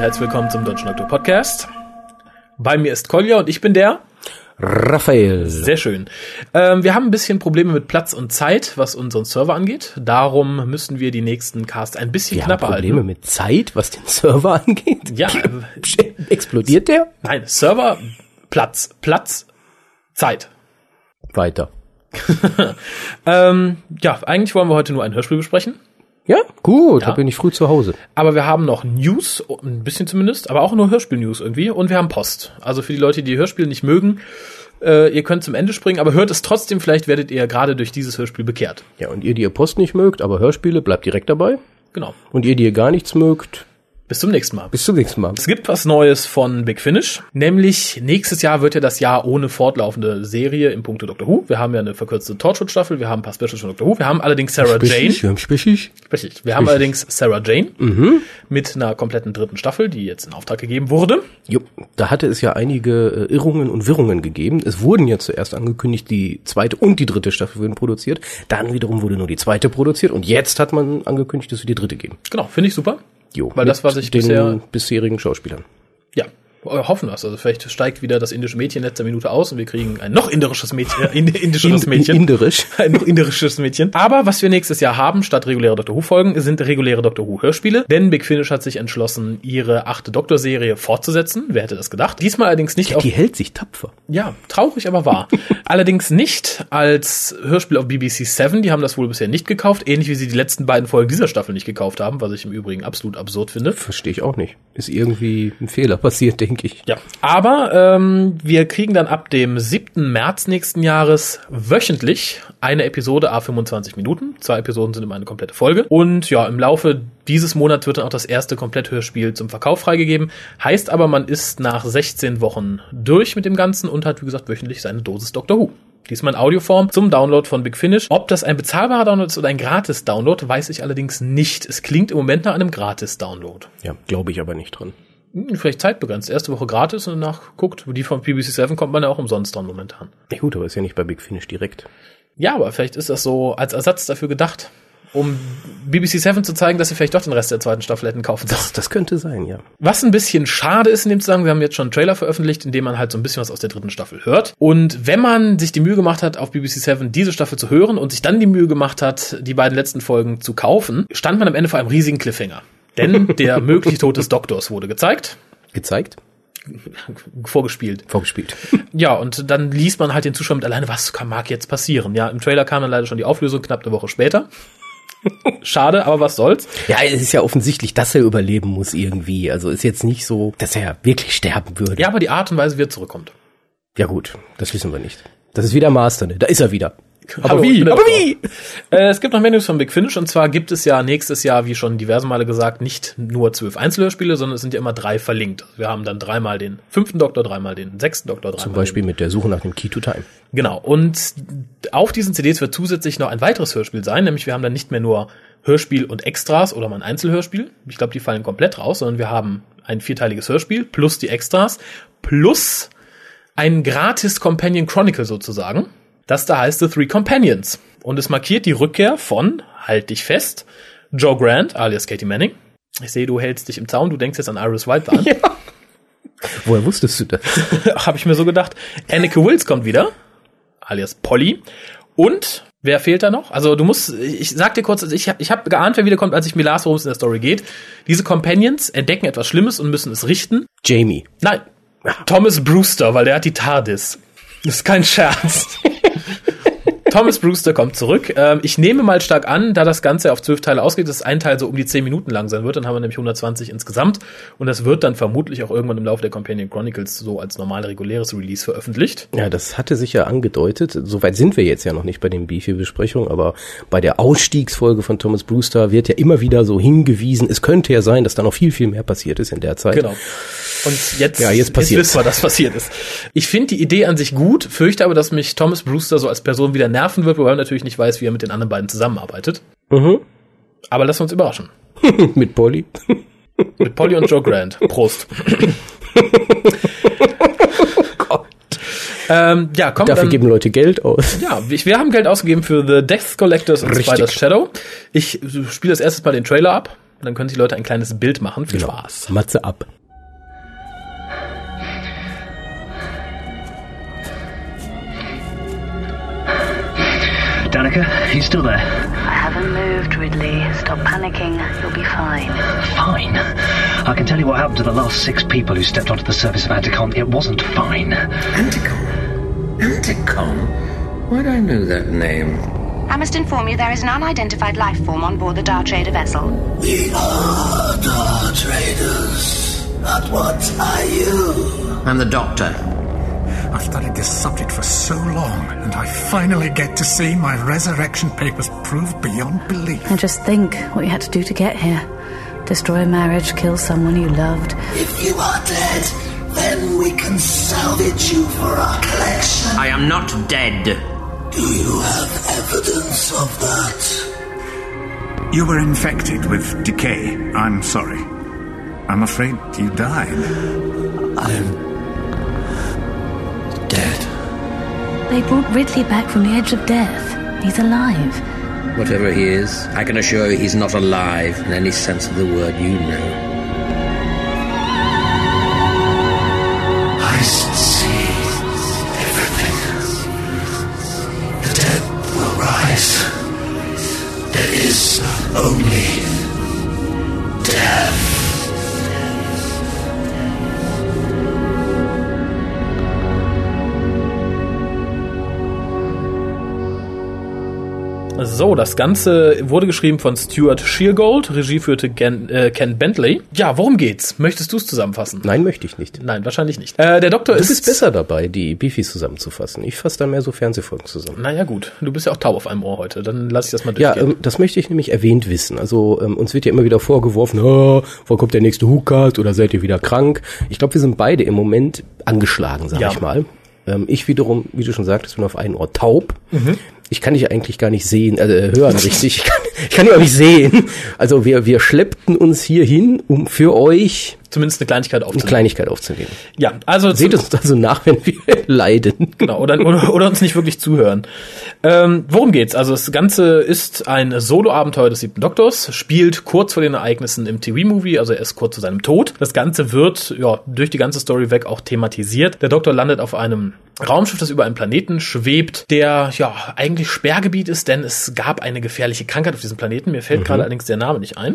herzlich willkommen zum Deutschen Doktor Podcast. Bei mir ist Kolja und ich bin der Raphael. Sehr schön. Wir haben ein bisschen Probleme mit Platz und Zeit, was unseren Server angeht. Darum müssen wir die nächsten Casts ein bisschen knapper halten. Probleme mit Zeit, was den Server angeht? Ja. Explodiert der? Nein, Server, Platz, Zeit. Weiter. Eigentlich wollen wir heute nur ein Hörspiel besprechen. Ja, gut, Ja. da bin ich früh zu Hause. Aber wir haben noch News, ein bisschen zumindest, aber auch nur Hörspiel-News irgendwie. Und wir haben Post. Also für die Leute, die Hörspiel nicht mögen, ihr könnt zum Ende springen, aber hört es trotzdem, vielleicht werdet ihr gerade durch dieses Hörspiel bekehrt. Ja, und ihr, die ihr Post nicht mögt, aber Hörspiele, bleibt direkt dabei. Genau. Und ihr, die ihr gar nichts mögt, Bis zum nächsten Mal. bis zum nächsten Mal. Es gibt was Neues von Big Finish, nämlich nächstes Jahr wird ja das Jahr ohne fortlaufende Serie im Punkto Doctor Who. Wir haben ja eine verkürzte Torchwood-Staffel, wir haben ein paar Specials von Doctor Who, wir haben allerdings Sarah Jane. Wir haben allerdings Sarah Jane mit einer kompletten dritten Staffel, die jetzt in Auftrag gegeben wurde. Jo, da hatte es ja einige Irrungen und Wirrungen gegeben. Es wurden ja zuerst angekündigt, die zweite und die dritte Staffel würden produziert. Dann wiederum wurde nur die zweite produziert und jetzt hat man angekündigt, dass wir die dritte geben. Genau, finde ich super. Jo, Weil das, was ich den bisherigen Schauspielern. Ja, hoffen wir es. Also vielleicht steigt wieder das indische Mädchen letzter Minute aus und wir kriegen ein noch indischeres Mädchen. Inderisch. Ein noch indirisches Mädchen. Aber was wir nächstes Jahr haben, statt reguläre Doctor Who-Folgen, sind reguläre Doctor Who-Hörspiele. Denn Big Finish hat sich entschlossen, ihre 8. Doktor-Serie fortzusetzen. Wer hätte das gedacht? Diesmal allerdings nicht Die hält sich tapfer. Ja, traurig, aber wahr. Allerdings nicht als Hörspiel auf BBC 7. Die haben das wohl bisher nicht gekauft. Ähnlich wie sie die letzten beiden Folgen dieser Staffel nicht gekauft haben, was ich im Übrigen absolut absurd finde. Verstehe ich auch nicht. Ist irgendwie ein Fehler passiert, denke ich. Ja, aber wir kriegen dann ab dem 7. März nächsten Jahres wöchentlich eine Episode à 25 Minuten. 2 Episoden sind immer eine komplette Folge. Und ja, im Laufe dieses Monats wird dann auch das erste Kompletthörspiel zum Verkauf freigegeben. Heißt aber, man ist nach 16 Wochen durch mit dem Ganzen und hat, wie gesagt, wöchentlich seine Dosis Doctor Who. Diesmal in Audioform zum Download von Big Finish. Ob das ein bezahlbarer Download ist oder ein Gratis-Download, weiß ich allerdings nicht. Es klingt im Moment nach einem Gratis-Download. Ja, glaube ich aber nicht dran. Vielleicht zeitbegrenzt. Erste Woche gratis und danach guckt. Die von BBC 7 kommt man ja auch umsonst dran momentan. Ja gut, aber ist ja nicht bei Big Finish direkt. Ja, aber vielleicht ist das so als Ersatz dafür gedacht, um BBC 7 zu zeigen, dass sie vielleicht doch den Rest der zweiten Staffel hätten kaufen sollen. Das könnte sein, ja. Was ein bisschen schade ist in dem Zusammenhang, wir haben jetzt schon einen Trailer veröffentlicht, in dem man halt so ein bisschen was aus der dritten Staffel hört. Und wenn man sich die Mühe gemacht hat, auf BBC 7 diese Staffel zu hören und sich dann die Mühe gemacht hat, die beiden letzten Folgen zu kaufen, stand man am Ende vor einem riesigen Cliffhanger. Denn der mögliche Tod des Doktors wurde gezeigt. Vorgespielt. Ja, und dann liest man halt den Zuschauer mit alleine, was mag jetzt passieren? Ja, im Trailer kam dann leider schon die Auflösung, knapp eine Woche später. Schade, aber was soll's? Ja, es ist ja offensichtlich, dass er überleben muss irgendwie. Also ist jetzt nicht so, dass er wirklich sterben würde. Ja, aber die Art und Weise, wie er zurückkommt. Ja gut, das wissen wir nicht. Das ist wieder Master, ne? Da ist er wieder. Aber wie? Es gibt noch mehr News von Big Finish und zwar gibt es ja nächstes Jahr, wie schon diverse Male gesagt, nicht nur 12 Einzelhörspiele, sondern es sind ja immer 3 verlinkt. Wir haben dann 3-mal den 5. Doktor, 3-mal den 6. Doktor, 3-mal Zum Beispiel mit der Suche nach dem Key to Time. Genau. Und auf diesen CDs wird zusätzlich noch ein weiteres Hörspiel sein, nämlich wir haben dann nicht mehr nur Hörspiel und Extras oder mal ein Einzelhörspiel. Ich glaube, die fallen komplett raus, sondern wir haben ein 4-teiliges Hörspiel plus die Extras plus ein gratis Companion Chronicle sozusagen. Das da heißt The Three Companions. Und es markiert die Rückkehr von, halt dich fest, Joe Grant, alias Katie Manning. Ich sehe, du hältst dich im Zaun, du denkst jetzt an Iris White an. Ja. Woher wusstest du das? Habe ich mir so gedacht. Anneke Wills kommt wieder, alias Polly. Und wer fehlt da noch? Also ich sag dir kurz, ich hab geahnt, wer wiederkommt, als ich mir las, worum es in der Story geht. Diese Companions entdecken etwas Schlimmes und müssen es richten. Jamie. Nein, Thomas Brewster, weil der hat die TARDIS. Das ist kein Scherz. Thomas Brewster kommt zurück. Ich nehme mal stark an, da das Ganze auf 12 Teile ausgeht, dass ein Teil so um die 10 Minuten lang sein wird. Dann haben wir nämlich 120 insgesamt. Und das wird dann vermutlich auch irgendwann im Laufe der Companion Chronicles so als normal reguläres Release veröffentlicht. Ja, das hatte sich ja angedeutet. Soweit sind wir jetzt ja noch nicht bei den Beefy-Besprechungen, aber bei der Ausstiegsfolge von Thomas Brewster wird ja immer wieder so hingewiesen, es könnte ja sein, dass da noch viel, viel mehr passiert ist in der Zeit. Genau. Und jetzt passiert. wissen wir, dass passiert ist. Ich finde die Idee an sich gut, fürchte aber, dass mich Thomas Brewster so als Person wieder nerven wird, wobei man natürlich nicht weiß, wie er mit den anderen beiden zusammenarbeitet. Aber lassen wir uns überraschen. Mit Polly? Mit Polly und Joe Grant. Prost. Gott. Ja, komm, Dafür geben Leute Geld aus. Ja, wir haben Geld ausgegeben für The Death Collectors und Richtig. Spider's Shadow. Ich spiele das erste Mal den Trailer ab. Dann können sich Leute ein kleines Bild machen. Viel Spaß. Matze ab. Danica, you still there? I haven't moved, Ridley. Stop panicking. You'll be fine. Fine. I can tell you what happened to the last 6 people who stepped onto the surface of Anticon. It wasn't fine. Anticon? Anticon? Why do I know that name? I must inform you there is an unidentified life form on board the Dar Trader vessel. We are Dar Traders. But what are you? I'm the Doctor. I've studied this subject for so long, and I finally get to see my resurrection papers proved beyond belief. And just think what you had to do to get here. Destroy a marriage, kill someone you loved. If you are dead, then we can salvage you for our collection. I am not dead. Do you have evidence of that? You were infected with decay. I'm sorry. I'm afraid you died. I'm dead. They brought Ridley back from the edge of death. He's alive. Whatever he is, I can assure you he's not alive in any sense of the word you know. I see everything. The dead will rise. There is only death. So, das Ganze wurde geschrieben von Stuart Sheargold, Regie führte Ken Bentley. Ja, worum geht's? Möchtest du es zusammenfassen? Nein, möchte ich nicht. Nein, wahrscheinlich nicht. Der Doktor Du bist besser dabei, die Beefies zusammenzufassen. Ich fasse da mehr so Fernsehfolgen zusammen. Naja gut, du bist ja auch taub auf einem Ohr heute, dann lass ich das mal durchgehen. Ja, das möchte ich nämlich erwähnt wissen. Also uns wird ja immer wieder vorgeworfen, wann kommt der nächste Whocast oder seid ihr wieder krank? Ich glaube, wir sind beide im Moment angeschlagen, sag ich mal. Ich wiederum, wie du schon sagtest, bin auf ein Ohr taub. Mhm. Ich kann dich eigentlich gar nicht sehen, hören richtig. Ich kann dich auch nicht sehen. Also wir schleppten uns hier hin, um für euch zumindest eine Kleinigkeit aufzunehmen. Ja, also seht uns also nach, wenn wir leiden. Genau, oder uns nicht wirklich zuhören. Worum geht's? Also das Ganze ist ein Solo-Abenteuer des 7. Doktors, spielt kurz vor den Ereignissen im TV-Movie, also erst kurz zu seinem Tod. Das Ganze wird durch die ganze Story weg auch thematisiert. Der Doktor landet auf einem Raumschiff, das über einem Planeten schwebt, der eigentlich Sperrgebiet ist, denn es gab eine gefährliche Krankheit auf diesem Planeten. Mir fällt gerade allerdings der Name nicht ein.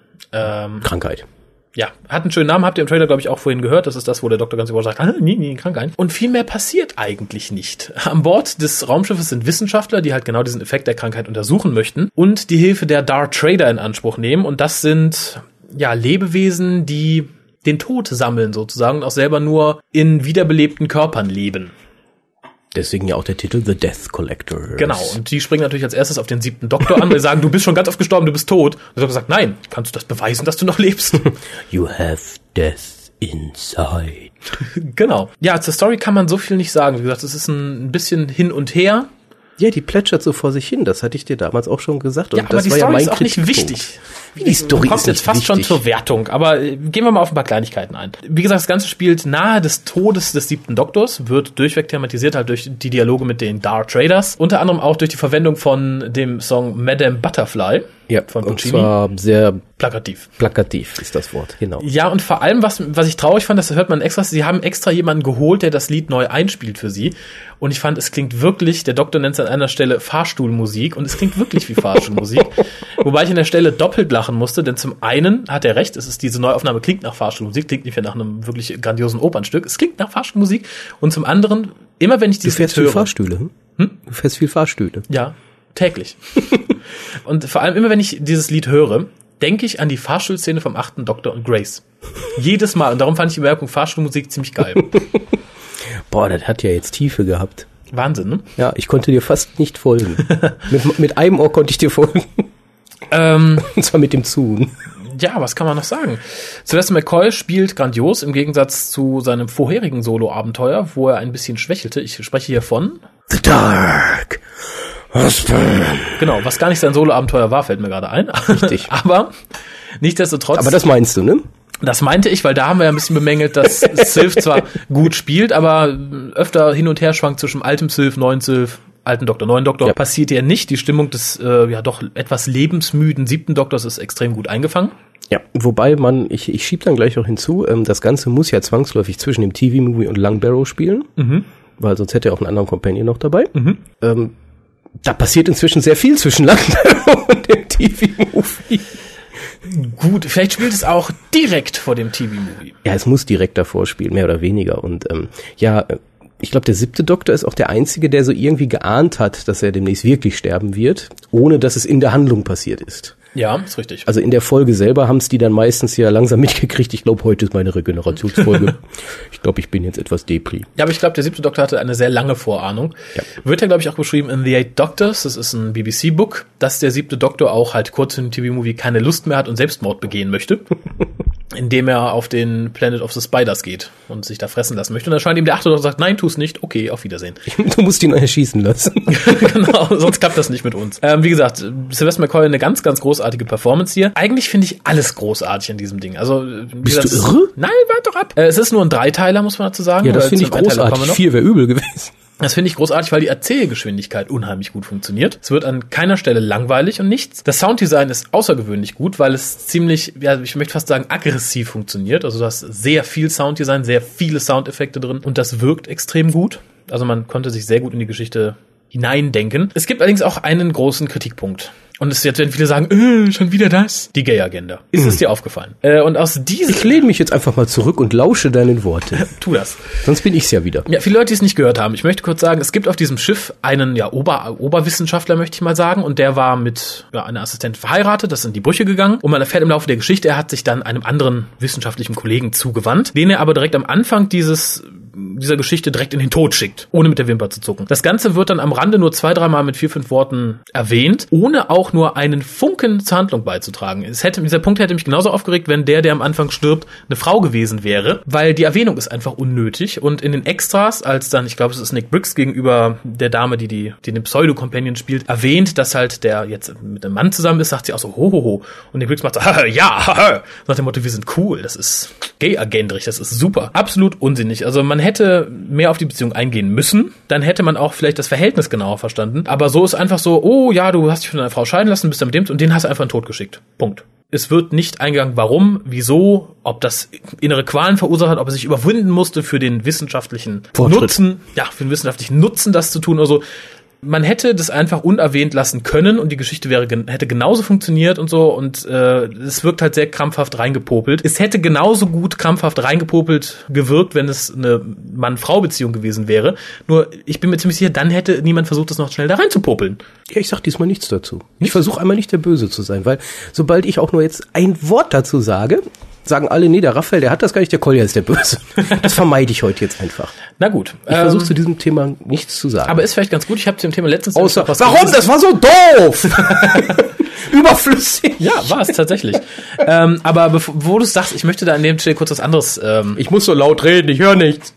Krankheit. Ja, hat einen schönen Namen, habt ihr im Trailer, glaube ich, auch vorhin gehört. Das ist das, wo der Doktor ganz überrascht sagt, nie, Krankheit. Und viel mehr passiert eigentlich nicht. An Bord des Raumschiffes sind Wissenschaftler, die halt genau diesen Effekt der Krankheit untersuchen möchten und die Hilfe der Dar Trader in Anspruch nehmen. Und das sind Lebewesen, die den Tod sammeln sozusagen und auch selber nur in wiederbelebten Körpern leben. Deswegen ja auch der Titel The Death Collector. Genau, und die springen natürlich als erstes auf den 7. Doktor an, weil sie sagen, du bist schon ganz oft gestorben, du bist tot. Und der Doktor sagt, nein, kannst du das beweisen, dass du noch lebst? You have death inside. Genau. Ja, zur Story kann man so viel nicht sagen. Wie gesagt, es ist ein bisschen hin und her. Ja, die plätschert so vor sich hin, das hatte ich dir damals auch schon gesagt. Und ja, aber das die war Story mein ist auch nicht wichtig. Die Story kommt ist jetzt fast wichtig. schon zur Wertung, aber gehen wir mal auf ein paar Kleinigkeiten ein. Wie gesagt, das Ganze spielt nahe des Todes des 7. Doktors, wird durchweg thematisiert halt durch die Dialoge mit den Dar Traders, unter anderem auch durch die Verwendung von dem Song Madame Butterfly von Puccini. Und zwar sehr plakativ. Plakativ ist das Wort, genau. Ja, und vor allem, was ich traurig fand, das hört man extra, sie haben extra jemanden geholt, der das Lied neu einspielt für sie. Und ich fand, es klingt wirklich, der Doktor nennt es an einer Stelle Fahrstuhlmusik und es klingt wirklich wie Fahrstuhlmusik. Wobei ich an der Stelle doppelt lachen musste, denn zum einen hat er recht, es ist diese Neuaufnahme klingt nach Fahrstuhlmusik, klingt nicht mehr nach einem wirklich grandiosen Opernstück, es klingt nach Fahrstuhlmusik und zum anderen, immer wenn ich dieses Lied höre... Du fährst viel Fahrstühle? Du fährst viel Fahrstühle? Ja, täglich. Und vor allem immer wenn ich dieses Lied höre, denke ich an die Fahrstuhlszene vom 8. Doktor und Grace. Jedes Mal. Und darum fand ich die Bemerkung Fahrstuhlmusik ziemlich geil. Boah, das hat ja jetzt Tiefe gehabt. Wahnsinn, ne? Ja, ich konnte dir fast nicht folgen. mit einem Ohr konnte ich dir folgen. Und zwar mit dem Zuhören. Ja, was kann man noch sagen? Sylvester McCoy spielt grandios im Gegensatz zu seinem vorherigen Solo-Abenteuer, wo er ein bisschen schwächelte. Ich spreche hier von The Dark Husband. Genau, was gar nicht sein Solo-Abenteuer war, fällt mir gerade ein. Richtig. Aber nichtsdestotrotz. Aber das meinst du, ne? Das meinte ich, weil da haben wir ja ein bisschen bemängelt, dass Sylph zwar gut spielt, aber öfter hin und her schwankt zwischen altem Sylph, neuen Sylph, alten Doktor, neuen Doktor. Ja. Passiert ja nicht. Die Stimmung des doch etwas lebensmüden 7. Doktors ist extrem gut eingefangen. Ja, wobei ich schieb dann gleich noch hinzu, das Ganze muss ja zwangsläufig zwischen dem TV-Movie und Long Barrow spielen, weil sonst hätte er auch einen anderen Companion noch dabei. Da passiert inzwischen sehr viel zwischen Long Barrow und dem TV-Movie. Gut, vielleicht spielt es auch direkt vor dem TV-Movie. Ja, es muss direkt davor spielen, mehr oder weniger. Und ich glaube, der 7. Doktor ist auch der Einzige, der so irgendwie geahnt hat, dass er demnächst wirklich sterben wird, ohne dass es in der Handlung passiert ist. Ja, ist richtig. Also in der Folge selber haben es die dann meistens ja langsam mitgekriegt. Ich glaube, heute ist meine Regenerationsfolge. Ich glaube, ich bin jetzt etwas Depri. Ja, aber ich glaube, der 7. Doktor hatte eine sehr lange Vorahnung. Ja. Wird ja, glaube ich, auch beschrieben in The Eight Doctors. Das ist ein BBC-Book, dass der 7. Doktor auch halt kurz in dem TV-Movie keine Lust mehr hat und Selbstmord begehen möchte. Indem er auf den Planet of the Spiders geht und sich da fressen lassen möchte. Und dann scheint ihm der 8. Doktor sagt, nein, tu's nicht. Okay, auf Wiedersehen. Du musst ihn erschießen lassen. Genau, sonst klappt das nicht mit uns. Wie gesagt, Sylvester McCoy eine ganz, ganz großartige Performance hier. Eigentlich finde ich alles großartig in diesem Ding. Also, bist du irre? Nein, wart doch ab. Es ist nur ein Dreiteiler, muss man dazu sagen. Ja, das finde ich großartig. 4 wäre übel gewesen. Das finde ich großartig, weil die Erzählgeschwindigkeit unheimlich gut funktioniert. Es wird an keiner Stelle langweilig und nichts. Das Sounddesign ist außergewöhnlich gut, weil es ziemlich, ja, ich möchte fast sagen, aggressiv funktioniert. Also du hast sehr viel Sounddesign, sehr viele Soundeffekte drin und das wirkt extrem gut. Also man konnte sich sehr gut in die Geschichte hineindenken. Es gibt allerdings auch einen großen Kritikpunkt. Und jetzt werden viele sagen, schon wieder das? Die Gay-Agenda. Ist es dir aufgefallen? Und aus diesem... Ich lehne mich jetzt einfach mal zurück und lausche deinen Worten. Tu das. Sonst bin ich's ja wieder. Ja, viele Leute, die es nicht gehört haben. Ich möchte kurz sagen, es gibt auf diesem Schiff einen Oberwissenschaftler, möchte ich mal sagen. Und der war mit einer Assistentin verheiratet. Das sind die Brüche gegangen. Und man erfährt im Laufe der Geschichte, er hat sich dann einem anderen wissenschaftlichen Kollegen zugewandt, den er aber direkt am Anfang dieser Geschichte direkt in den Tod schickt, ohne mit der Wimper zu zucken. Das Ganze wird dann am Rande nur 2-3 Mal mit 4-5 Worten erwähnt, ohne auch nur einen Funken zur Handlung beizutragen. Dieser Punkt hätte mich genauso aufgeregt, wenn der am Anfang stirbt, eine Frau gewesen wäre, weil die Erwähnung ist einfach unnötig. Und in den Extras, als dann, ich glaube, es ist Nick Briggs gegenüber der Dame, die den Pseudo-Companion spielt, erwähnt, dass halt der jetzt mit einem Mann zusammen ist, sagt sie auch so, ho. Und Nick Briggs macht so, ja, nach dem Motto, wir sind cool, das ist gay-agendrig, das ist super. Absolut unsinnig. Also man hätte mehr auf die Beziehung eingehen müssen, dann hätte man auch vielleicht das Verhältnis genauer verstanden. Aber so ist einfach so, oh ja, du hast dich von deiner Frau scheiden lassen, bist dann mit dem und den hast du einfach in den Tod geschickt. Punkt. Es wird nicht eingegangen, warum, wieso, ob das innere Qualen verursacht hat, ob er sich überwinden musste für den wissenschaftlichen Nutzen, für den wissenschaftlichen Nutzen, das zu tun oder so. Man hätte das einfach unerwähnt lassen können und die Geschichte hätte genauso funktioniert und so und es wirkt halt sehr krampfhaft reingepopelt. Es hätte genauso gut krampfhaft reingepopelt gewirkt, wenn es eine Mann-Frau-Beziehung gewesen wäre. Nur, ich bin mir ziemlich sicher, dann hätte niemand versucht, das noch schnell da reinzupopeln. Ja, ich sag diesmal nichts dazu. Ich versuche einmal nicht der Böse zu sein, weil sobald ich auch nur jetzt ein Wort dazu sage, sagen alle, nee, der Raphael, der hat das gar nicht, der Kolja ist der Böse. Das vermeide ich heute jetzt einfach. Na gut. Ich versuche zu diesem Thema nichts zu sagen. Aber ist vielleicht ganz gut, ich habe zu dem Thema letztens... Warum? Das war so doof! Überflüssig. Ja, war es tatsächlich. Aber bevor du es sagst, ich möchte da an dem Stelle kurz was anderes... ich muss so laut reden, ich höre nichts.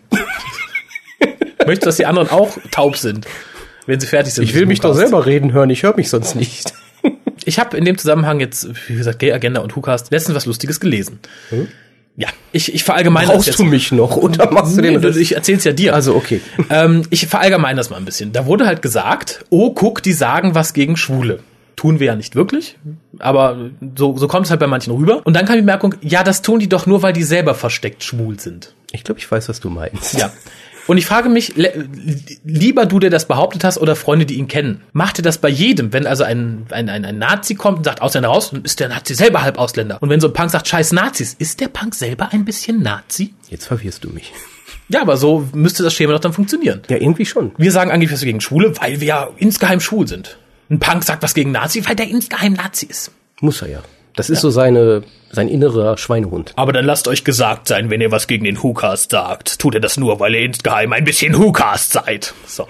Ich möchte, dass die anderen auch taub sind, wenn sie fertig sind. Ich will mich doch selber reden hören, ich höre mich sonst nicht. Ich habe in dem Zusammenhang jetzt, wie gesagt, Gay Agenda und WhoCast letztens was Lustiges gelesen. Ja, ich verallgemeine das jetzt. Brauchst du mich noch oder machst du den? Ich erzähl's ja dir. Also okay. Ich verallgemeine das mal ein bisschen. Da wurde halt gesagt, oh, guck, die sagen was gegen Schwule. Tun wir ja nicht wirklich, aber so kommt es halt bei manchen rüber. Und dann kam die Bemerkung, ja, das tun die doch nur, weil die selber versteckt schwul sind. Ich glaube, ich weiß, was du meinst. Ja. Und ich frage mich, lieber du, der das behauptet hast, oder Freunde, die ihn kennen, macht ihr das bei jedem? Wenn also ein Nazi kommt und sagt, Ausländer raus, dann ist der Nazi selber halb Ausländer. Und wenn so ein Punk sagt, scheiß Nazis, ist der Punk selber ein bisschen Nazi? Jetzt verwirrst du mich. Ja, aber so müsste das Schema doch dann funktionieren. Ja, irgendwie schon. Wir sagen angeblich was gegen Schwule, weil wir ja insgeheim schwul sind. Ein Punk sagt was gegen Nazi, weil der insgeheim Nazi ist. Muss er ja. Das ist so sein innerer Schweinehund. Aber dann lasst euch gesagt sein, wenn ihr was gegen den WhoCast sagt, tut ihr das nur, weil ihr insgeheim ein bisschen WhoCast seid. So.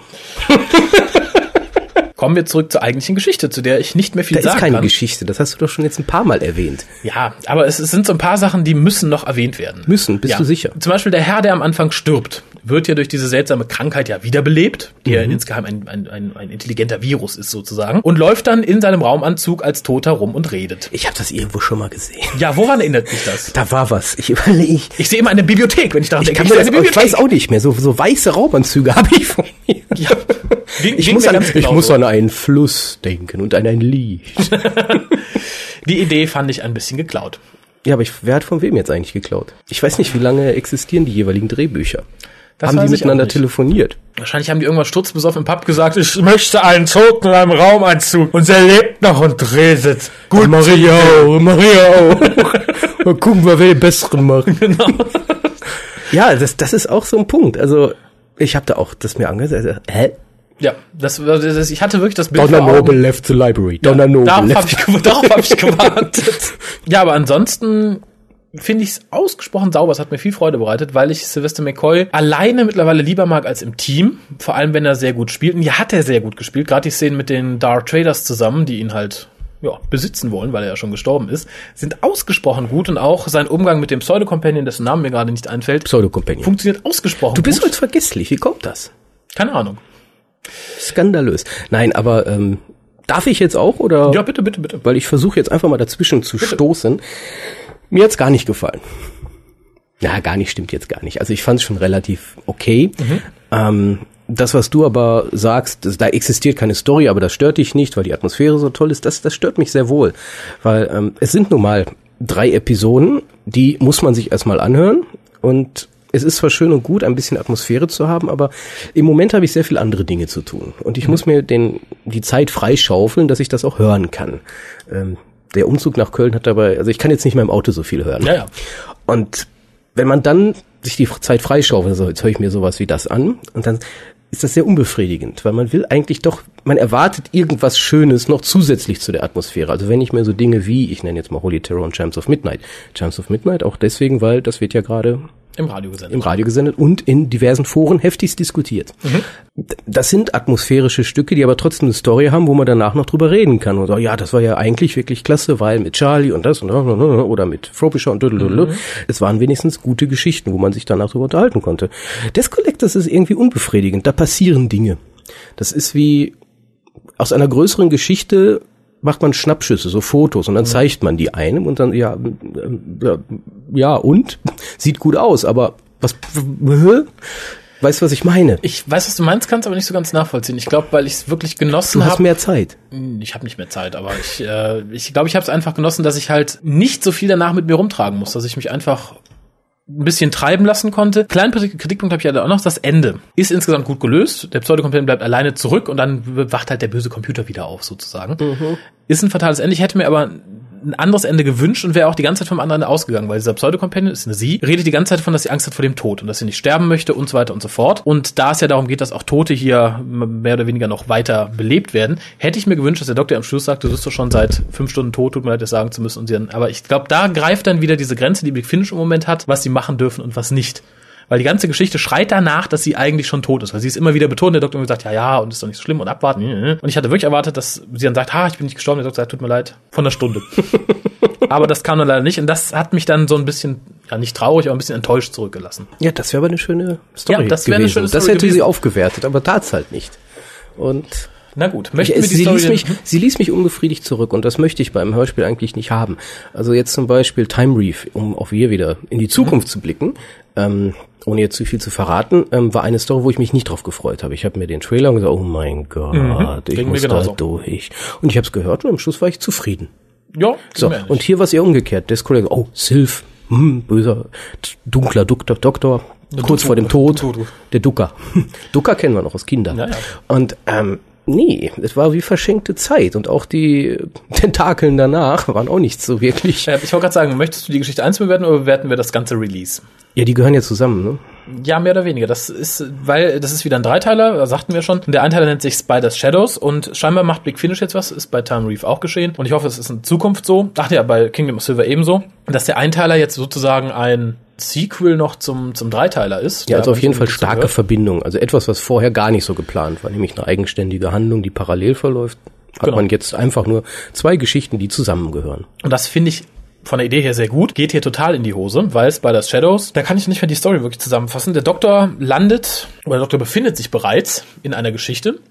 Kommen wir zurück zur eigentlichen Geschichte, zu der ich nicht mehr viel sagen kann. Das ist keine Geschichte, das hast du doch schon jetzt ein paar Mal erwähnt. Ja, aber es sind so ein paar Sachen, die müssen noch erwähnt werden. Bist du sicher? Zum Beispiel der Herr, der am Anfang stirbt, wird ja durch diese seltsame Krankheit ja wiederbelebt, die ja insgeheim ein intelligenter Virus ist sozusagen, und läuft dann in seinem Raumanzug als Toter rum und redet. Ich habe das irgendwo schon mal gesehen. Ja, woran erinnert mich das? Da war was. Ich überlege. Ich sehe immer eine Bibliothek, wenn ich daran denke. Ich weiß auch nicht mehr. So weiße Raumanzüge habe ich von mir. Ja. Ich muss an einen Fluss denken und an ein Lied. Die Idee fand ich ein bisschen geklaut. Ja, aber wer hat von wem jetzt eigentlich geklaut? Ich weiß nicht, wie lange existieren die jeweiligen Drehbücher. Das haben die miteinander telefoniert? Wahrscheinlich haben die irgendwann sturzbesoffen im Pub gesagt, ich möchte einen Toten in einem Raumanzug. Und er lebt noch und redet. Gut, Maria auch. Mal gucken, wer den besseren macht. Genau. Ja, das ist auch so ein Punkt. Also, ich habe da auch das mir angesehen. Hä? Ja, ich hatte wirklich das Bild Donna Noble left the library. Donna Noble darauf hab ich gewartet. Ja, aber ansonsten finde ich es ausgesprochen sauber. Es hat mir viel Freude bereitet, weil ich Sylvester McCoy alleine mittlerweile lieber mag als im Team. Vor allem, wenn er sehr gut spielt. Und hier hat er sehr gut gespielt. Gerade die Szenen mit den Dark Traders zusammen, die ihn halt besitzen wollen, weil er ja schon gestorben ist, sind ausgesprochen gut. Und auch sein Umgang mit dem Pseudo-Companion, dessen Namen mir gerade nicht einfällt, Pseudo-Companion, funktioniert ausgesprochen gut. Du bist heute vergesslich. Wie kommt das? Keine Ahnung. Skandalös. Nein, aber darf ich jetzt auch? Oder? Ja, bitte. Weil ich versuche jetzt einfach mal dazwischen zu stoßen. Mir hat's gar nicht gefallen. Ja, gar nicht, stimmt jetzt gar nicht. Also ich fand es schon relativ okay. Das, was du aber sagst, da existiert keine Story, aber das stört dich nicht, weil die Atmosphäre so toll ist, das stört mich sehr wohl. Weil es sind nun mal 3 Episoden, die muss man sich erstmal anhören. Und es ist zwar schön und gut, ein bisschen Atmosphäre zu haben, aber im Moment habe ich sehr viel andere Dinge zu tun. Und ich muss mir die Zeit freischaufeln, dass ich das auch hören kann. Der Umzug nach Köln hat dabei, also ich kann jetzt nicht mehr im Auto so viel hören. Ja. Und wenn man dann sich die Zeit freischaufelt, also jetzt höre ich mir sowas wie das an, und dann ist das sehr unbefriedigend, weil man will eigentlich doch, man erwartet irgendwas Schönes noch zusätzlich zu der Atmosphäre. Also wenn ich mir so Dinge wie, ich nenne jetzt mal Holy Terror und Chimes of Midnight auch deswegen, weil das wird ja gerade im Radio gesendet und in diversen Foren heftigst diskutiert. Das sind atmosphärische Stücke, die aber trotzdem eine Story haben, wo man danach noch drüber reden kann. Oder ja, das war ja eigentlich wirklich klasse, weil mit Charlie und das und oder mit Frobisher und es waren wenigstens gute Geschichten, wo man sich danach drüber unterhalten konnte. Death Collectors ist irgendwie unbefriedigend. Da passieren Dinge. Das ist wie aus einer größeren Geschichte macht man Schnappschüsse, so Fotos, und dann zeigt man die einem und dann, ja, und? Sieht gut aus, aber was, weißt du, was ich meine? Ich weiß, was du meinst, kannst aber nicht so ganz nachvollziehen. Ich glaube, weil ich es wirklich genossen habe. Du hast mehr Zeit. Ich habe nicht mehr Zeit, aber ich glaube, ich habe es einfach genossen, dass ich halt nicht so viel danach mit mir rumtragen muss, dass ich mich einfach ein bisschen treiben lassen konnte. Kleinen Kritikpunkt habe ich ja auch noch, das Ende ist insgesamt gut gelöst. Der Pseudo-Companion bleibt alleine zurück und dann wacht halt der böse Computer wieder auf, sozusagen. Ist ein fatales Ende. Ich hätte mir aber ein anderes Ende gewünscht und wäre auch die ganze Zeit vom anderen ausgegangen, weil dieser Pseudo-Companion ist sie, redet die ganze Zeit davon, dass sie Angst hat vor dem Tod und dass sie nicht sterben möchte und so weiter und so fort. Und da es ja darum geht, dass auch Tote hier mehr oder weniger noch weiter belebt werden, hätte ich mir gewünscht, dass der Doktor am Schluss sagt, du bist doch schon seit 5 Stunden tot, tut mir leid, das sagen zu müssen. Und sie dann, aber ich glaube, da greift dann wieder diese Grenze, die Big Finish im Moment hat, was sie machen dürfen und was nicht. Weil die ganze Geschichte schreit danach, dass sie eigentlich schon tot ist. Weil sie ist immer wieder betont, der Doktor sagt, ja, und ist doch nicht so schlimm und abwarten. Und ich hatte wirklich erwartet, dass sie dann sagt, ich bin nicht gestorben. Der Doktor sagt, tut mir leid, von einer Stunde. Aber das kam dann leider nicht. Und das hat mich dann so ein bisschen, nicht traurig, aber ein bisschen enttäuscht zurückgelassen. Ja, das wäre aber eine schöne Story das wäre eine schöne Story Das hätte sie aufgewertet, aber tat's halt nicht. Und na gut, möchten wir die Story sie ließ mich unbefriedigt zurück und das möchte ich beim Hörspiel eigentlich nicht haben. Also jetzt zum Beispiel Time Reef, um auch hier wieder in die Zukunft zu blicken, ohne jetzt zu viel zu verraten, war eine Story, wo ich mich nicht drauf gefreut habe. Ich habe mir den Trailer und gesagt, oh mein Gott, ich muss da durch. Und ich habe es gehört und am Schluss war ich zufrieden. Ja, so. Und hier war es eher umgekehrt. Death Collectors, Sylph, böser, dunkler Doktor, kurz vor dem Tod. Der Ducker. Ducker kennen wir noch aus Kindern. Ja. Und nee, es war wie verschenkte Zeit und auch die Tentakeln danach waren auch nicht so wirklich. Ich wollte gerade sagen, möchtest du die Geschichte einzeln bewerten oder bewerten wir das ganze Release? Ja, die gehören ja zusammen, ne? Ja, mehr oder weniger. Das ist wieder ein Dreiteiler, da sagten wir schon. Der Einteiler nennt sich Spider's Shadows und scheinbar macht Big Finish jetzt was, ist bei Time Reef auch geschehen. Und ich hoffe, es ist in Zukunft so. Ach ja, bei Kingdom of Silver ebenso. Dass der Einteiler jetzt sozusagen ein Sequel noch zum Dreiteiler ist. Ja, also auf jeden Fall starke Verbindung. Also etwas, was vorher gar nicht so geplant war, nämlich eine eigenständige Handlung, die parallel verläuft. Hat man jetzt einfach nur 2 Geschichten, die zusammengehören. Und das finde ich von der Idee her sehr gut. Geht hier total in die Hose, weil Spider's Shadows, da kann ich nicht mehr die Story wirklich zusammenfassen. Der Doktor befindet sich bereits in einer Geschichte,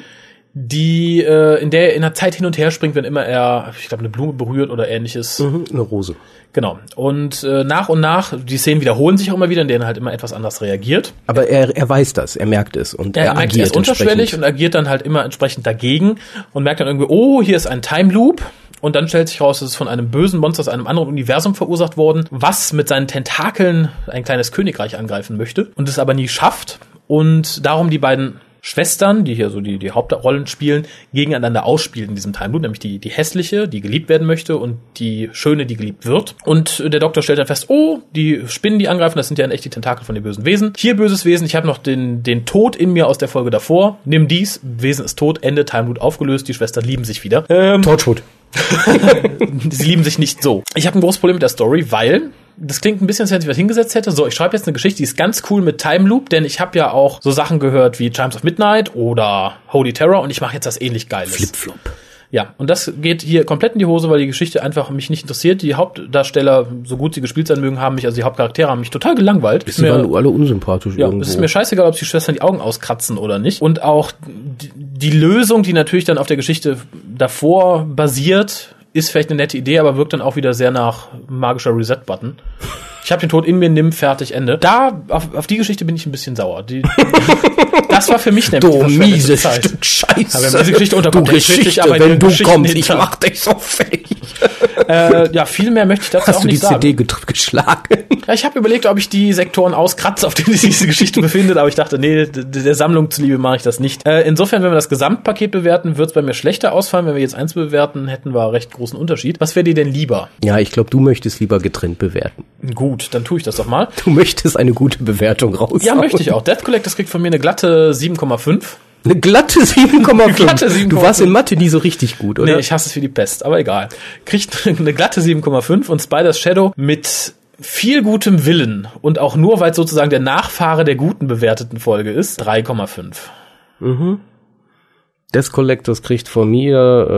die in der er in der Zeit hin und her springt, wenn immer er, ich glaube, eine Blume berührt oder ähnliches. Eine Rose. Genau. Und nach und nach, die Szenen wiederholen sich auch immer wieder, in denen er halt immer etwas anders reagiert. Aber er weiß das, er merkt es und er merkt agiert es unterschwellig und agiert dann halt immer entsprechend dagegen und merkt dann irgendwie, hier ist ein Time Loop Und dann stellt sich raus, es ist von einem bösen Monster aus einem anderen Universum verursacht worden, was mit seinen Tentakeln ein kleines Königreich angreifen möchte und es aber nie schafft. Und darum die beiden Schwestern, die hier so die Hauptrollen spielen, gegeneinander ausspielen in diesem Time Loop, nämlich die hässliche, die geliebt werden möchte, und die schöne, die geliebt wird. Und der Doktor stellt dann fest, oh, die Spinnen, die angreifen, das sind ja echt die Tentakel von den bösen Wesen. Hier, böses Wesen, ich habe noch den Tod in mir aus der Folge davor. Nimm dies, Wesen ist tot, Ende, Time Loop aufgelöst, die Schwestern lieben sich wieder. Torchwood. Sie lieben sich nicht so. Ich habe ein großes Problem mit der Story, weil das klingt ein bisschen, als wenn ich was hingesetzt hätte. So, ich schreibe jetzt eine Geschichte, die ist ganz cool mit Time Loop, denn ich habe ja auch so Sachen gehört wie Chimes of Midnight oder Holy Terror und ich mache jetzt was ähnlich Geiles. Flip-Flop. Ja, und das geht hier komplett in die Hose, weil die Geschichte einfach mich nicht interessiert. Die Hauptdarsteller, so gut sie gespielt sein mögen, also die Hauptcharaktere haben mich total gelangweilt. Die waren alle unsympathisch irgendwo. Es ist mir scheißegal, ob die Schwestern die Augen auskratzen oder nicht. Und auch die Lösung, die natürlich dann auf der Geschichte davor basiert, ist vielleicht eine nette Idee, aber wirkt dann auch wieder sehr nach magischer Reset-Button. Ich habe den Tod in mir, nimm, fertig, Ende. Da, auf die Geschichte bin ich ein bisschen sauer. Das war für mich nämlich du mieses Stück Scheiße. Aber wenn diese Geschichte unterkommt, du Geschichte, aber wenn du kommst, ich mach dich so fähig. Ja, viel mehr möchte ich dazu auch nicht sagen. Hast du die CD geschlagen? Ja, ich habe überlegt, ob ich die Sektoren auskratze, auf denen sich diese Geschichte befindet, aber ich dachte, nee, der Sammlung zuliebe mache ich das nicht. Insofern, wenn wir das Gesamtpaket bewerten, wird es bei mir schlechter ausfallen. Wenn wir jetzt eins bewerten, hätten wir recht großen Unterschied. Was wäre dir denn lieber? Ja, ich glaube, du möchtest lieber getrennt bewerten. Gut, dann tue ich das doch mal. Du möchtest eine gute Bewertung raushauen. Ja, möchte ich auch. Death Collectors kriegt von mir eine glatte 7,5. Eine glatte 7,5. Du warst in Mathe nie so richtig gut, oder? Nee, ich hasse es wie die Pest, aber egal. Kriegt eine glatte 7,5 und Spider's Shadow mit viel gutem Willen und auch nur, weil es sozusagen der Nachfahre der guten bewerteten Folge ist, 3,5. Mhm. Death Collectors kriegt von mir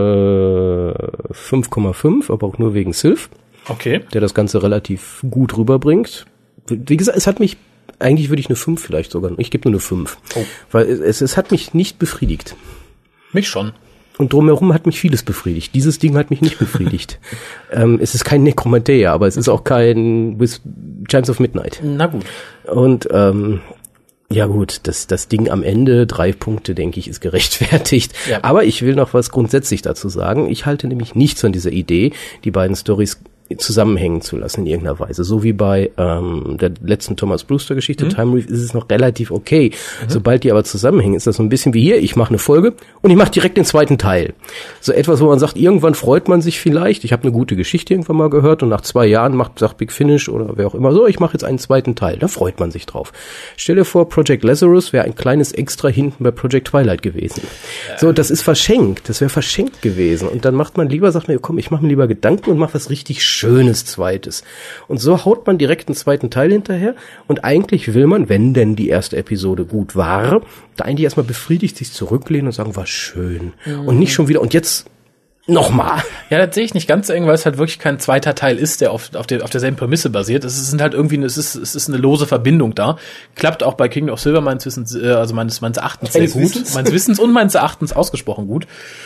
5,5, aber auch nur wegen Sylph. Okay. Der das Ganze relativ gut rüberbringt. Wie gesagt, es hat mich, eigentlich würde ich eine 5 vielleicht sogar, ich gebe nur eine 5. Oh. Weil es hat mich nicht befriedigt. Mich schon. Und drumherum hat mich vieles befriedigt. Dieses Ding hat mich nicht befriedigt. Es ist kein Necromantia, aber es ist auch kein Chimes of Midnight. Na gut. Und ja gut, das Ding am Ende, 3 Punkte, denke ich, ist gerechtfertigt. Ja. Aber ich will noch was grundsätzlich dazu sagen. Ich halte nämlich nichts von dieser Idee, die beiden Storys zusammenhängen zu lassen in irgendeiner Weise. So wie bei der letzten Thomas Brewster Geschichte, Time Reef, ist es noch relativ okay. Sobald die aber zusammenhängen, ist das so ein bisschen wie hier, ich mache eine Folge und ich mache direkt den zweiten Teil. So etwas, wo man sagt, irgendwann freut man sich vielleicht, ich habe eine gute Geschichte irgendwann mal gehört und nach 2 Jahren sagt Big Finish oder wer auch immer so, ich mache jetzt einen zweiten Teil. Da freut man sich drauf. Stell dir vor, Project Lazarus wäre ein kleines Extra hinten bei Project Twilight gewesen. So, das ist verschenkt. Das wäre verschenkt gewesen. Und dann sagt man, komm, ich mache mir lieber Gedanken und mache was richtig Schönes Zweites. Und so haut man direkt einen zweiten Teil hinterher. Und eigentlich will man, wenn denn die erste Episode gut war, da eigentlich erstmal befriedigt sich zurücklehnen und sagen, war schön. Und nicht schon wieder, und jetzt nochmal. Ja, das sehe ich nicht ganz so eng, weil es halt wirklich kein zweiter Teil ist, der auf derselben Prämisse basiert. Es ist halt irgendwie, es ist eine lose Verbindung da. Klappt auch bei King of Silver meines Wissens, also meines Erachtens sehr gut. Meines Wissens und meines Erachtens ausgesprochen gut.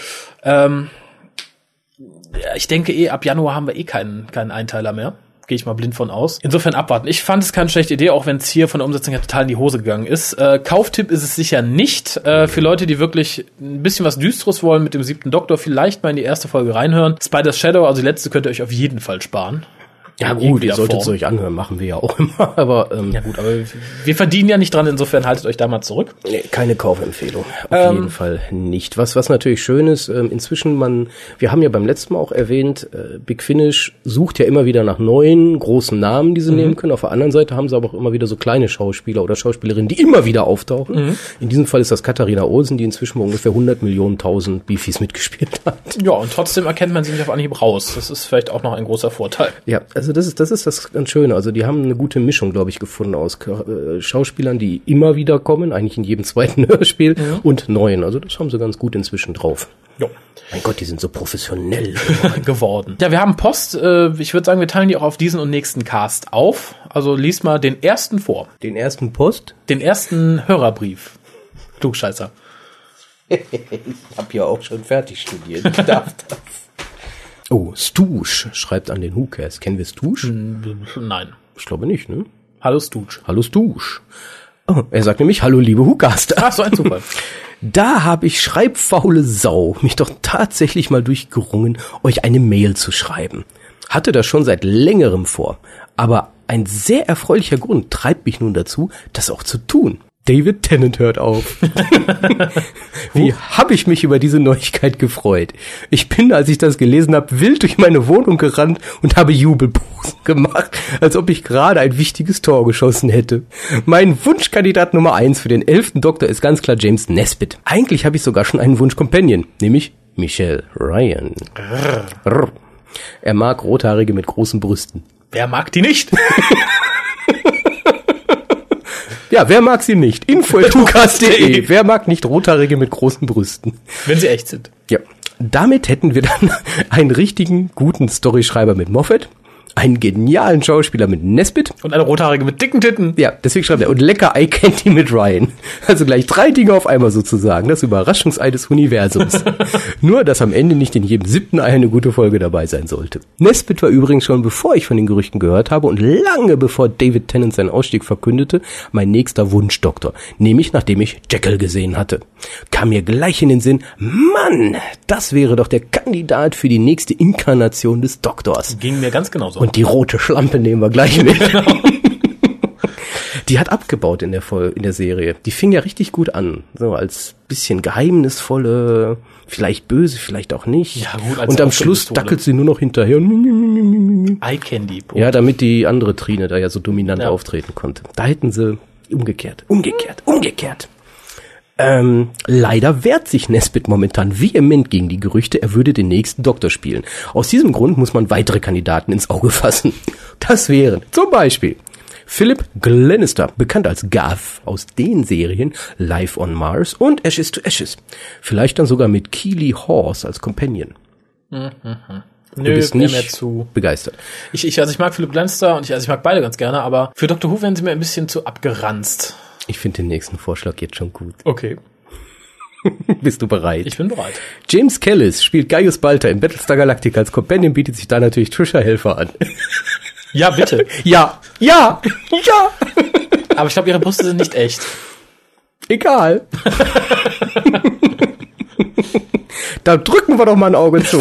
Ich denke ab Januar haben wir keinen Einteiler mehr. Gehe ich mal blind von aus. Insofern abwarten. Ich fand es keine schlechte Idee, auch wenn es hier von der Umsetzung her total in die Hose gegangen ist. Kauftipp ist es sicher nicht. Für Leute, die wirklich ein bisschen was Düsteres wollen mit dem 7. Doktor, vielleicht mal in die erste Folge reinhören. Spider's Shadow, also die letzte, könnt ihr euch auf jeden Fall sparen. Ja gut, ihr solltet es euch anhören, machen wir ja auch immer. Aber ja gut, aber wir verdienen ja nicht dran, insofern haltet euch da mal zurück. Nee, keine Kaufempfehlung, auf jeden Fall nicht. Was natürlich schön ist, inzwischen wir haben ja beim letzten Mal auch erwähnt, Big Finish sucht ja immer wieder nach neuen, großen Namen, die sie nehmen können. Auf der anderen Seite haben sie aber auch immer wieder so kleine Schauspieler oder Schauspielerinnen, die immer wieder auftauchen. In diesem Fall ist das Katharina Olsen, die inzwischen bei ungefähr 100 Millionen Beefies mitgespielt hat. Ja, und trotzdem erkennt man sie nicht auf Anhieb raus. Das ist vielleicht auch noch ein großer Vorteil. Ja, also das ist das ganz Schöne. Also die haben eine gute Mischung, glaube ich, gefunden aus Schauspielern, die immer wieder kommen, eigentlich in jedem zweiten Hörspiel und neuen. Also das haben sie ganz gut inzwischen drauf. Jo. Mein Gott, die sind so professionell geworden. Ja, wir haben Post. Ich würde sagen, wir teilen die auch auf diesen und nächsten Cast auf. Also lies mal den ersten vor. Den ersten Post? Den ersten Hörerbrief. Klugscheißer. Ich habe ja auch schon fertig studiert. Ich darf das. Oh, Stusch schreibt an den Whocast. Kennen wir Stusch? Nein. Ich glaube nicht, ne? Hallo Stusch. Hallo Stusch. Oh, er sagt nämlich, hallo liebe Whocaster. Ach, so ein Zufall. Da habe ich, schreibfaule Sau, mich doch tatsächlich mal durchgerungen, euch eine Mail zu schreiben. Hatte das schon seit längerem vor, aber ein sehr erfreulicher Grund treibt mich nun dazu, das auch zu tun. David Tennant hört auf. Wie habe ich mich über diese Neuigkeit gefreut. Ich bin, als ich das gelesen habe, wild durch meine Wohnung gerannt und habe Jubelposen gemacht, als ob ich gerade ein wichtiges Tor geschossen hätte. Mein Wunschkandidat Nummer 1 für den 11. Doktor ist ganz klar James Nesbitt. Eigentlich habe ich sogar schon einen Wunsch-Companion, nämlich Michelle Ryan. Er mag Rothaarige mit großen Brüsten. Wer mag die nicht? Ja, wer mag sie nicht? info@tukas.de. Wer mag nicht Rothaarige mit großen Brüsten? Wenn sie echt sind. Ja, damit hätten wir dann einen richtigen, guten Storyschreiber mit Moffat, einen genialen Schauspieler mit Nesbitt. Und eine Rothaarige mit dicken Titten. Ja, deswegen schreibt er. Und lecker Eye Candy mit Ryan. Also gleich 3 Dinge auf einmal sozusagen. Das Überraschungsei des Universums. Nur, dass am Ende nicht in jedem 7. Ei eine gute Folge dabei sein sollte. Nesbitt war übrigens schon, bevor ich von den Gerüchten gehört habe und lange bevor David Tennant seinen Ausstieg verkündete, mein nächster Wunschdoktor. Nämlich nachdem ich Jekyll gesehen hatte. Kam mir gleich in den Sinn, Mann, das wäre doch der Kandidat für die nächste Inkarnation des Doktors. Ging mir ganz genauso. Und die rote Schlampe nehmen wir gleich mit. Die hat abgebaut in der Serie. Die fing ja richtig gut an. So als bisschen geheimnisvolle, vielleicht böse, vielleicht auch nicht. Ja, gut, als und am Schluss dackelt sie nur noch hinterher. Eye Candy. Punkt. Ja, damit die andere Trine da ja so dominant auftreten konnte. Da hätten sie umgekehrt. Leider wehrt sich Nesbitt momentan vehement gegen die Gerüchte, er würde den nächsten Doktor spielen. Aus diesem Grund muss man weitere Kandidaten ins Auge fassen. Das wären zum Beispiel Philip Glenister, bekannt als Gav aus den Serien Life on Mars und Ashes to Ashes. Vielleicht dann sogar mit Keely Hawes als Companion. Nö, du bist nicht mehr zu begeistert. Ich mag Philip Glenister und ich mag beide ganz gerne, aber für Dr. Who werden sie mir ein bisschen zu abgeranzt. Ich finde den nächsten Vorschlag jetzt schon gut. Okay. Bist du bereit? Ich bin bereit. James Callis spielt Gaius Baltar in Battlestar Galactica. Als Companion bietet sich da natürlich Trisha Helfer an. Ja, bitte. Ja. Aber ich glaube, ihre Brüste sind nicht echt. Egal. Da drücken wir doch mal ein Auge zu.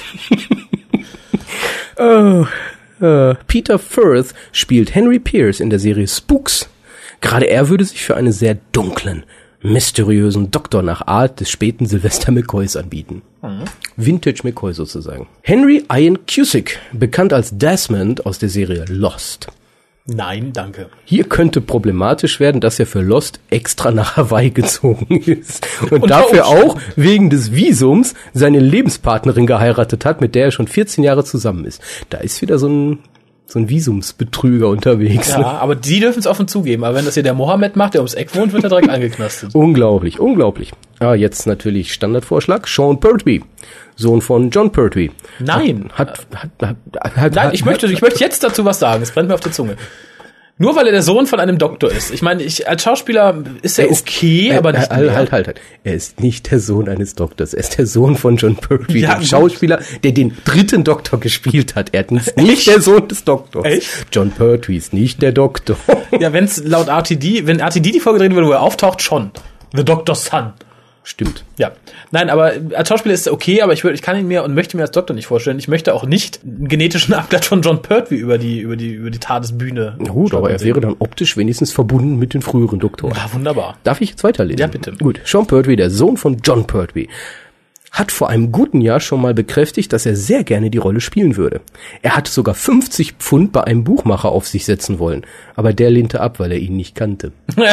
Peter Firth spielt Henry Pierce in der Serie Spooks. Gerade er würde sich für einen sehr dunklen, mysteriösen Doktor nach Art des späten Sylvester McCoys anbieten. Vintage McCoy sozusagen. Henry Ian Cusick, bekannt als Desmond aus der Serie Lost. Nein, danke. Hier könnte problematisch werden, dass er für Lost extra nach Hawaii gezogen ist. Und dafür auch wegen des Visums seine Lebenspartnerin geheiratet hat, mit der er schon 14 Jahre zusammen ist. Da ist wieder so ein Visumsbetrüger unterwegs. Ja, aber die dürfen es offen zugeben. Aber wenn das hier der Mohammed macht, der ums Eck wohnt, wird er direkt angeknastet. Unglaublich. Jetzt natürlich Standardvorschlag. Sean Pertwee, Sohn von John Pertwee. Nein. Nein, ich möchte jetzt dazu was sagen. Es brennt mir auf der Zunge. Nur weil er der Sohn von einem Doktor ist. Ich meine, als Schauspieler ist er okay, aber nicht mehr. Halt. Er ist nicht der Sohn eines Doktors. Er ist der Sohn von John Pertwee, ja, dem Schauspieler, der den 3. Doktor gespielt hat. Er ist nicht der Sohn des Doktors. Echt? John Pertwee ist nicht der Doktor. Ja, wenn RTD die Folge drehen würde, wo er auftaucht, schon. The Doctor's Son. Stimmt. Ja. Nein, aber als Schauspieler ist es okay, aber ich kann ihn mir und möchte mir als Doktor nicht vorstellen. Ich möchte auch nicht einen genetischen Abgleich von John Pertwee über die TARDIS-Bühne. Gut, aber er wäre dann optisch wenigstens verbunden mit den früheren Doktoren. Ja, wunderbar. Darf ich jetzt weiterlesen? Ja, bitte. Gut. Sean Pertwee, der Sohn von John Pertwee, hat vor einem guten Jahr schon mal bekräftigt, dass er sehr gerne die Rolle spielen würde. Er hatte sogar 50 Pfund bei einem Buchmacher auf sich setzen wollen, aber der lehnte ab, weil er ihn nicht kannte.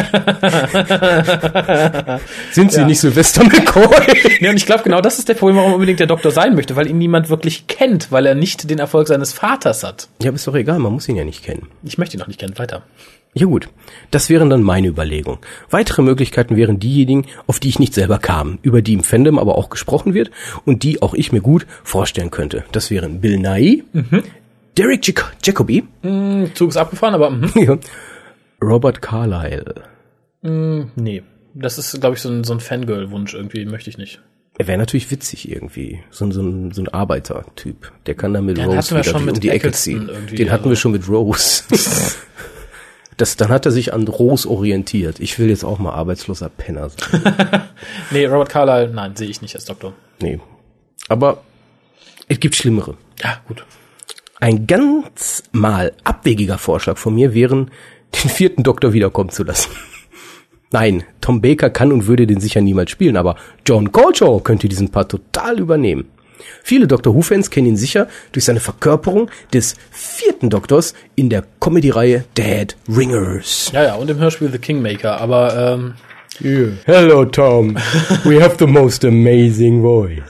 Sind Sie nicht Sylvester McCoy? Ja, und ich glaube, genau das ist der Problem, warum unbedingt der Doktor sein möchte, weil ihn niemand wirklich kennt, weil er nicht den Erfolg seines Vaters hat. Ja, aber ist doch egal, man muss ihn ja nicht kennen. Ich möchte ihn noch nicht kennen, weiter. Ja gut, das wären dann meine Überlegungen. Weitere Möglichkeiten wären diejenigen, auf die ich nicht selber kam, über die im Fandom aber auch gesprochen wird und die auch ich mir gut vorstellen könnte. Das wären Bill Nighy, Derek Jacobi, Zug ist abgefahren, aber ja, Robert Carlyle. Nee, das ist, glaube ich, so ein Fangirl-Wunsch irgendwie, möchte ich nicht. Er wäre natürlich witzig irgendwie, so ein Arbeiter-Typ. Der kann dann mit Den Rose hatten wir wieder schon um mit die Ecke Eccleston ziehen. irgendwie, Den hatten wir schon mit Rose. Dann hat er sich an Rose orientiert. Ich will jetzt auch mal arbeitsloser Penner sein. Nee, Robert Carlyle, nein, sehe ich nicht als Doktor. Nee. Aber es gibt Schlimmere. Ja, gut. Ein ganz mal abwegiger Vorschlag von mir wäre, den 4. Doktor wiederkommen zu lassen. Nein, Tom Baker kann und würde den sicher niemals spielen, aber John Coltrane könnte diesen Part total übernehmen. Viele Doctor Who-Fans kennen ihn sicher durch seine Verkörperung des 4. Doktors in der Comedy-Reihe Dead Ringers. Ja, und im Hörspiel The Kingmaker, aber Yeah. Hello Tom, we have the most amazing voice.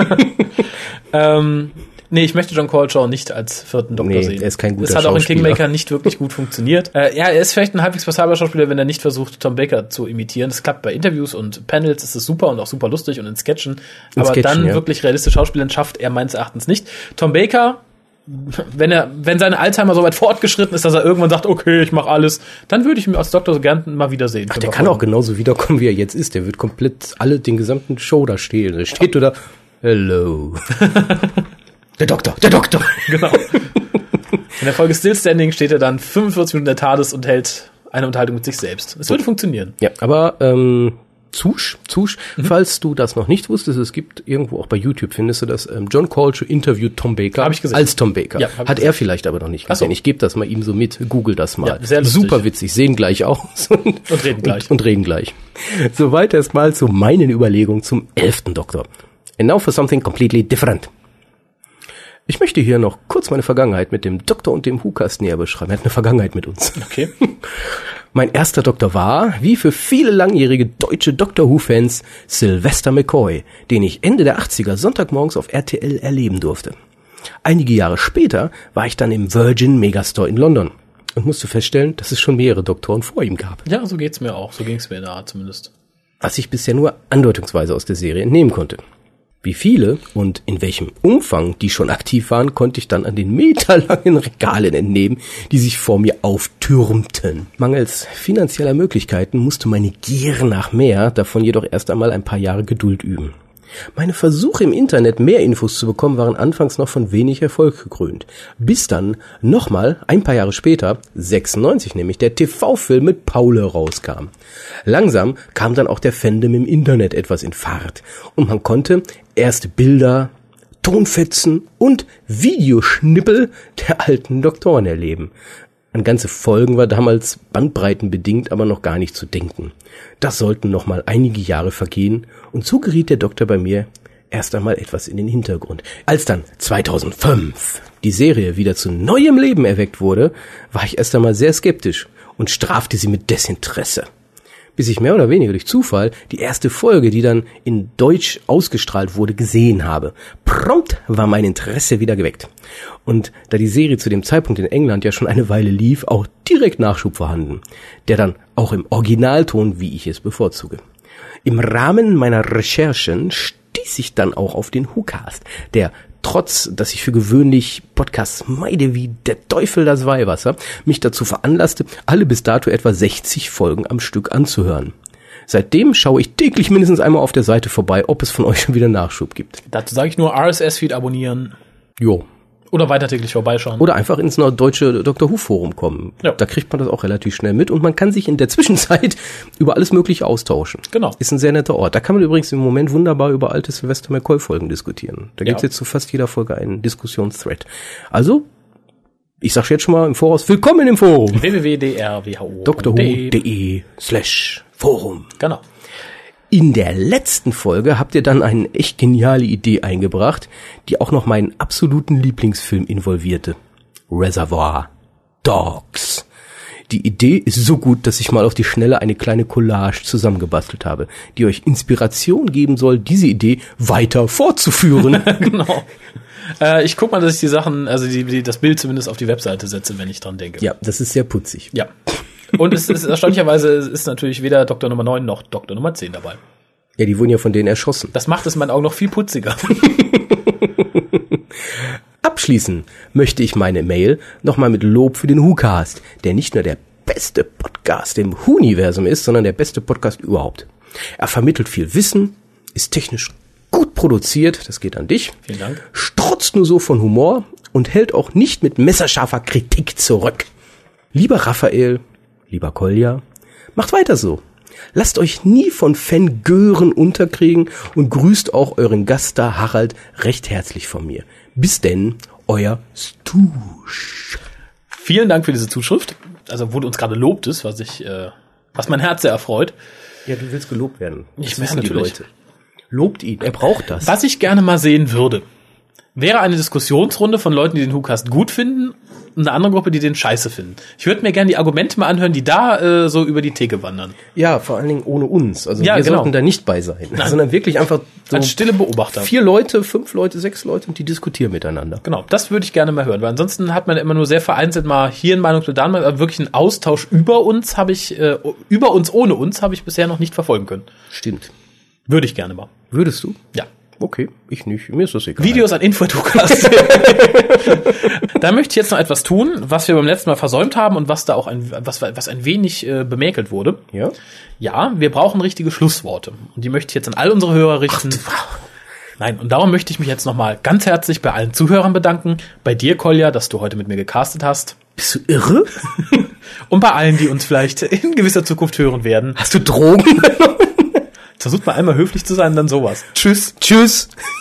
nee, ich möchte John Coltrane nicht als 4. Doktor sehen. Er ist kein guter Schauspieler. Es hat auch in Kingmaker Schauspieler. nicht wirklich gut funktioniert. Ja, er ist vielleicht ein halbwegs passabler Schauspieler, wenn er nicht versucht, Tom Baker zu imitieren. Das klappt bei Interviews und Panels, ist es super und auch super lustig und in Sketchen. Aber dann wirklich realistisch Schauspielern schafft er meines Erachtens nicht. Tom Baker, wenn seine Alzheimer so weit fortgeschritten ist, dass er irgendwann sagt, okay, ich mache alles, dann würde ich ihn als Doktor so gern mal wieder sehen. Ach, der kann auch genauso wiederkommen, wie er jetzt ist. Der wird komplett den gesamten Show da stehlen. Der steht oder hello. Der Doktor. Genau. In der Folge Still Standing steht er dann 45 Minuten in der TARDIS und hält eine Unterhaltung mit sich selbst. Es würde funktionieren. Ja, aber Zusch, falls du das noch nicht wusstest, es gibt irgendwo auch bei YouTube, findest du das, John Coltrane interviewt Tom Baker. Hab ich gesehen. Als Tom Baker. Ja, hat er vielleicht aber noch nicht gesehen. So. Ich gebe das mal ihm so mit, google das mal. Ja, sehr lustig. Super witzig, sehen gleich aus. Und reden gleich. Und reden gleich. Soweit erstmal zu meinen Überlegungen zum 11. Doktor. And now for something completely different. Ich möchte hier noch kurz meine Vergangenheit mit dem Doktor und dem WhoCast näher beschreiben. Er hat eine Vergangenheit mit uns. Okay. Mein erster Doktor war, wie für viele langjährige deutsche Doctor Who-Fans, Sylvester McCoy, den ich Ende der 80er Sonntagmorgens auf RTL erleben durfte. Einige Jahre später war ich dann im Virgin Megastore in London und musste feststellen, dass es schon mehrere Doktoren vor ihm gab. Ja, so geht's mir auch. So ging's mir in der Art zumindest. Was ich bisher nur andeutungsweise aus der Serie entnehmen konnte. Wie viele und in welchem Umfang die schon aktiv waren, konnte ich dann an den meterlangen Regalen entnehmen, die sich vor mir auftürmten. Mangels finanzieller Möglichkeiten musste meine Gier nach mehr, davon jedoch erst einmal ein paar Jahre Geduld üben. Meine Versuche im Internet mehr Infos zu bekommen waren anfangs noch von wenig Erfolg gekrönt. Bis dann nochmal, ein paar Jahre später, 96 nämlich, der TV-Film mit Paule rauskam. Langsam kam dann auch der Fandom im Internet etwas in Fahrt und man konnte erste Bilder, Tonfetzen und Videoschnippel der alten Doktoren erleben. An ganze Folgen war damals bandbreitenbedingt aber noch gar nicht zu denken. Das sollten noch mal einige Jahre vergehen und so geriet der Doktor bei mir erst einmal etwas in den Hintergrund. Als dann 2005 die Serie wieder zu neuem Leben erweckt wurde, war ich erst einmal sehr skeptisch und strafte sie mit Desinteresse. Bis ich mehr oder weniger durch Zufall die erste Folge, die dann in Deutsch ausgestrahlt wurde, gesehen habe. Prompt war mein Interesse wieder geweckt. Und da die Serie zu dem Zeitpunkt in England ja schon eine Weile lief, auch direkt Nachschub vorhanden, der dann auch im Originalton, wie ich es bevorzuge. Im Rahmen meiner Recherchen stieß ich dann auch auf den WhoCast, der trotz, dass ich für gewöhnlich Podcasts meide wie der Teufel das Weihwasser, mich dazu veranlasste, alle bis dato etwa 60 Folgen am Stück anzuhören. Seitdem schaue ich täglich mindestens einmal auf der Seite vorbei, ob es von euch schon wieder Nachschub gibt. Dazu sage ich nur RSS-Feed abonnieren. Jo. Oder weiter täglich vorbeischauen. Oder einfach ins deutsche Dr. Who Forum kommen. Ja. Da kriegt man das auch relativ schnell mit und man kann sich in der Zwischenzeit über alles Mögliche austauschen. Genau. Ist ein sehr netter Ort. Da kann man übrigens im Moment wunderbar über alte Sylvester McCoy-Folgen diskutieren. Da gibt's jetzt zu fast jeder Folge einen Diskussionsthread. Also, ich sag jetzt schon mal im Voraus, willkommen im Forum. www.drwho.de/Forum. Genau. In der letzten Folge habt ihr dann eine echt geniale Idee eingebracht, die auch noch meinen absoluten Lieblingsfilm involvierte. Reservoir Dogs. Die Idee ist so gut, dass ich mal auf die Schnelle eine kleine Collage zusammengebastelt habe, die euch Inspiration geben soll, diese Idee weiter fortzuführen. Genau. Ich guck mal, dass ich die Sachen, also das Bild zumindest auf die Webseite setze, wenn ich dran denke. Ja, das ist sehr putzig. Ja. Und es ist erstaunlicherweise ist natürlich weder Doktor Nummer 9 noch Doktor Nummer 10 dabei. Ja, die wurden ja von denen erschossen. Das macht es in meinen Augen noch viel putziger. Abschließen möchte ich meine Mail nochmal mit Lob für den WhoCast, der nicht nur der beste Podcast im Who-Universum ist, sondern der beste Podcast überhaupt. Er vermittelt viel Wissen, ist technisch gut produziert, das geht an dich. Vielen Dank. Strotzt nur so von Humor und hält auch nicht mit messerscharfer Kritik zurück. Lieber Raphael, lieber Kolja, macht weiter so. Lasst euch nie von Fangören unterkriegen und grüßt auch euren Gast da Harald recht herzlich von mir. Bis denn, euer Stusch. Vielen Dank für diese Zuschrift. Also, wo du uns gerade lobtest, was mein Herz sehr erfreut. Ja, du willst gelobt werden. Ich merke natürlich. Die Leute. Lobt ihn, er braucht das. Was ich gerne mal sehen würde, wäre eine Diskussionsrunde von Leuten, die den WhoCast gut finden und eine andere Gruppe, die den scheiße finden. Ich würde mir gerne die Argumente mal anhören, die da so über die Theke wandern. Ja, vor allen Dingen ohne uns. Also ja, wir genau. sollten da nicht bei sein. Nein. Sondern wirklich einfach so als stille Beobachter. 4 Leute, 5 Leute, 6 Leute und die diskutieren miteinander. Genau, das würde ich gerne mal hören, weil ansonsten hat man immer nur sehr vereinzelt mal hier ein Meinungsbild, da mal, aber wirklich einen Austausch über uns ohne uns habe ich bisher noch nicht verfolgen können. Stimmt. Würde ich gerne mal. Würdest du? Ja. Okay, ich nicht. Mir ist das egal. Videos an Info-WhoCast. Da möchte ich jetzt noch etwas tun, was wir beim letzten Mal versäumt haben und was da auch was ein wenig bemäkelt wurde. Ja? Ja, wir brauchen richtige Schlussworte. Und die möchte ich jetzt an all unsere Hörer richten. Nein, und darum möchte ich mich jetzt nochmal ganz herzlich bei allen Zuhörern bedanken. Bei dir, Kolja, dass du heute mit mir gecastet hast. Bist du irre? Und bei allen, die uns vielleicht in gewisser Zukunft hören werden. Hast du Drogen? Versucht mal einmal höflich zu sein, dann sowas. Tschüss.